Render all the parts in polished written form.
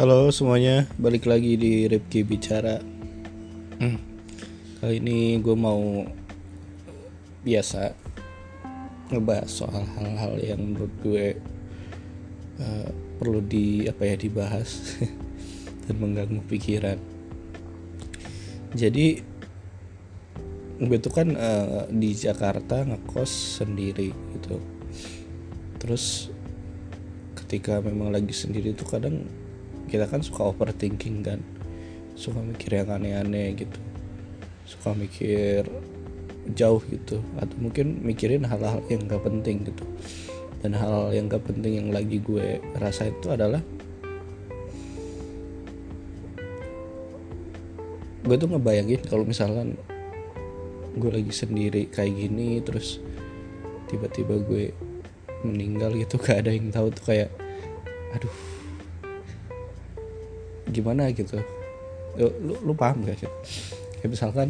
Halo semuanya, balik lagi di Ripki Bicara. Kali ini gue mau biasa ngebahas soal hal-hal yang menurut gue perlu dibahas dan mengganggu pikiran. Jadi gue tuh kan di Jakarta ngekos sendiri gitu. Terus ketika memang lagi sendiri tuh kadang kita kan suka overthinking kan, suka mikir yang aneh-aneh gitu, suka mikir jauh gitu, atau mungkin mikirin hal-hal yang gak penting gitu. Dan hal yang gak penting yang lagi gue rasa itu adalah gue tuh ngebayangin kalau misalkan gue lagi sendiri kayak gini, terus tiba-tiba gue meninggal gitu, gak ada yang tahu tuh kayak aduh gimana gitu. Lu paham gak gitu? Kayak misalkan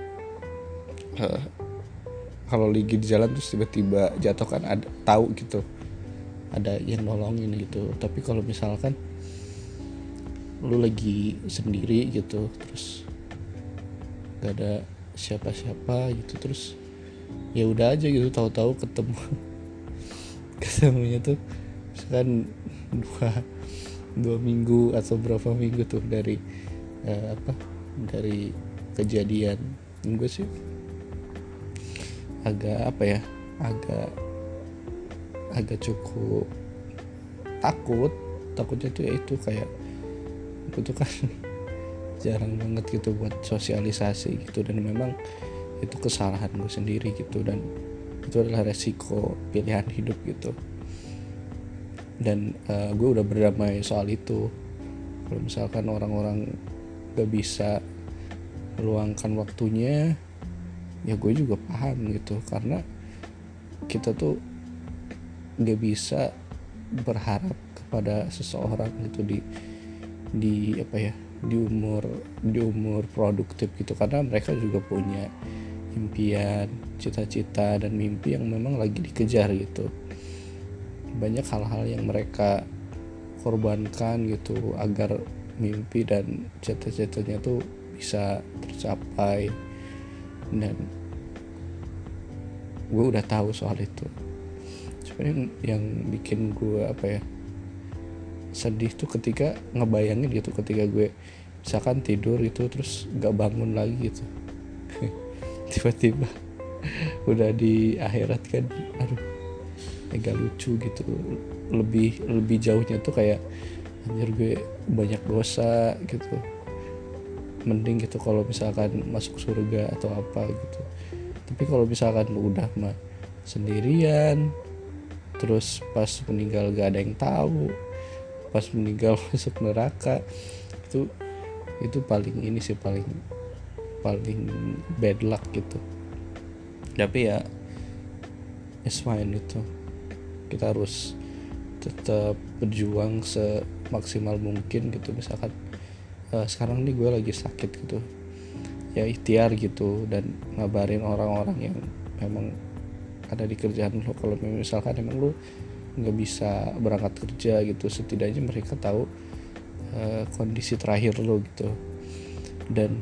kalau lagi di jalan terus tiba-tiba jatuh kan, ada tahu gitu ada yang nolongin gitu. Tapi kalau misalkan lu lagi sendiri gitu, terus gak ada siapa-siapa gitu, terus ya udah aja gitu, tahu-tahu ketemunya tuh misalkan dua minggu atau berapa minggu tuh dari dari kejadian. Gue sih agak cukup takutnya tuh ya itu kayak gue tuh kan jarang banget gitu buat sosialisasi gitu, dan memang itu kesalahan gue sendiri gitu, dan itu adalah resiko pilihan hidup gitu. Dan gue udah berdamai soal itu. Kalau misalkan orang-orang gak bisa meluangkan waktunya, ya gue juga paham gitu, karena kita tuh gak bisa berharap kepada seseorang gitu di umur produktif gitu, karena mereka juga punya impian, cita-cita, dan mimpi yang memang lagi dikejar gitu. Banyak hal-hal yang mereka korbankan gitu agar mimpi dan cita-citanya tuh bisa tercapai, dan gue udah tahu soal itu. Cuman yang bikin gue sedih tuh ketika ngebayangin gitu, ketika gue misalkan tidur itu terus gak bangun lagi gitu tiba-tiba udah di akhirat kan, aduh agak lucu gitu. Lebih jauhnya tuh kayak anjir, gue banyak dosa gitu, mending gitu kalau misalkan masuk surga atau apa gitu. Tapi kalau misalkan lu udah mah sendirian, terus pas meninggal gak ada yang tahu, pas meninggal masuk neraka, itu paling bad luck gitu. Tapi ya it's fine gitu, kita harus tetap berjuang semaksimal mungkin gitu. Misalkan sekarang nih gue lagi sakit gitu, ya ikhtiar gitu, dan ngabarin orang-orang yang memang ada di kerjaan lo kalau misalkan emang lo nggak bisa berangkat kerja gitu, setidaknya mereka tahu kondisi terakhir lo gitu. Dan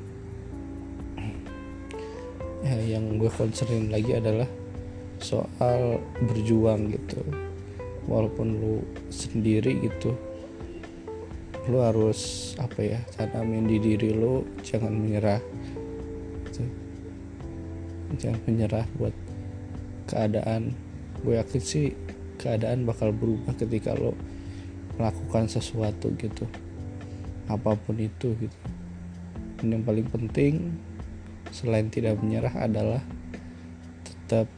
yang gue concernin lagi adalah soal berjuang gitu. Walaupun lu sendiri gitu, lu harus tanamin di diri lu, jangan menyerah gitu. Jangan menyerah buat keadaan. Gue yakin sih keadaan bakal berubah ketika lo melakukan sesuatu gitu, apapun itu gitu. Dan yang paling penting selain tidak menyerah adalah tetap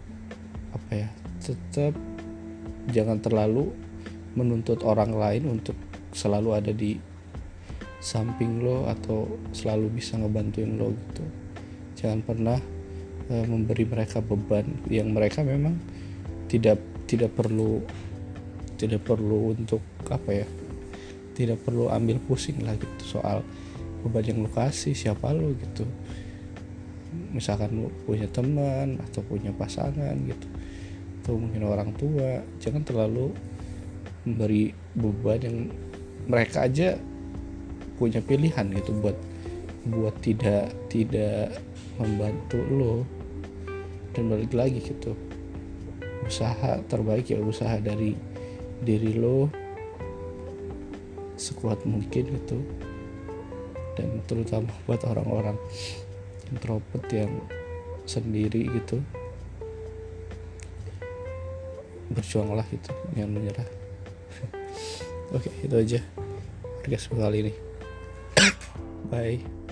jangan terlalu menuntut orang lain untuk selalu ada di samping lo atau selalu bisa ngebantuin lo gitu. Jangan pernah memberi mereka beban yang mereka memang tidak perlu untuk tidak perlu ambil pusing lah gitu soal beban yang lo kasih siapa lo gitu. Misalkan lo punya teman atau punya pasangan gitu, atau mungkin orang tua, jangan terlalu memberi beban yang mereka aja punya pilihan gitu buat tidak membantu lo. Dan balik lagi gitu, usaha terbaik ya usaha dari diri lo sekuat mungkin gitu. Dan terutama buat orang-orang introvert yang sendiri gitu, berjuanglah gitu, jangan menyerah. Oke, itu aja podcast kali ini. Bye.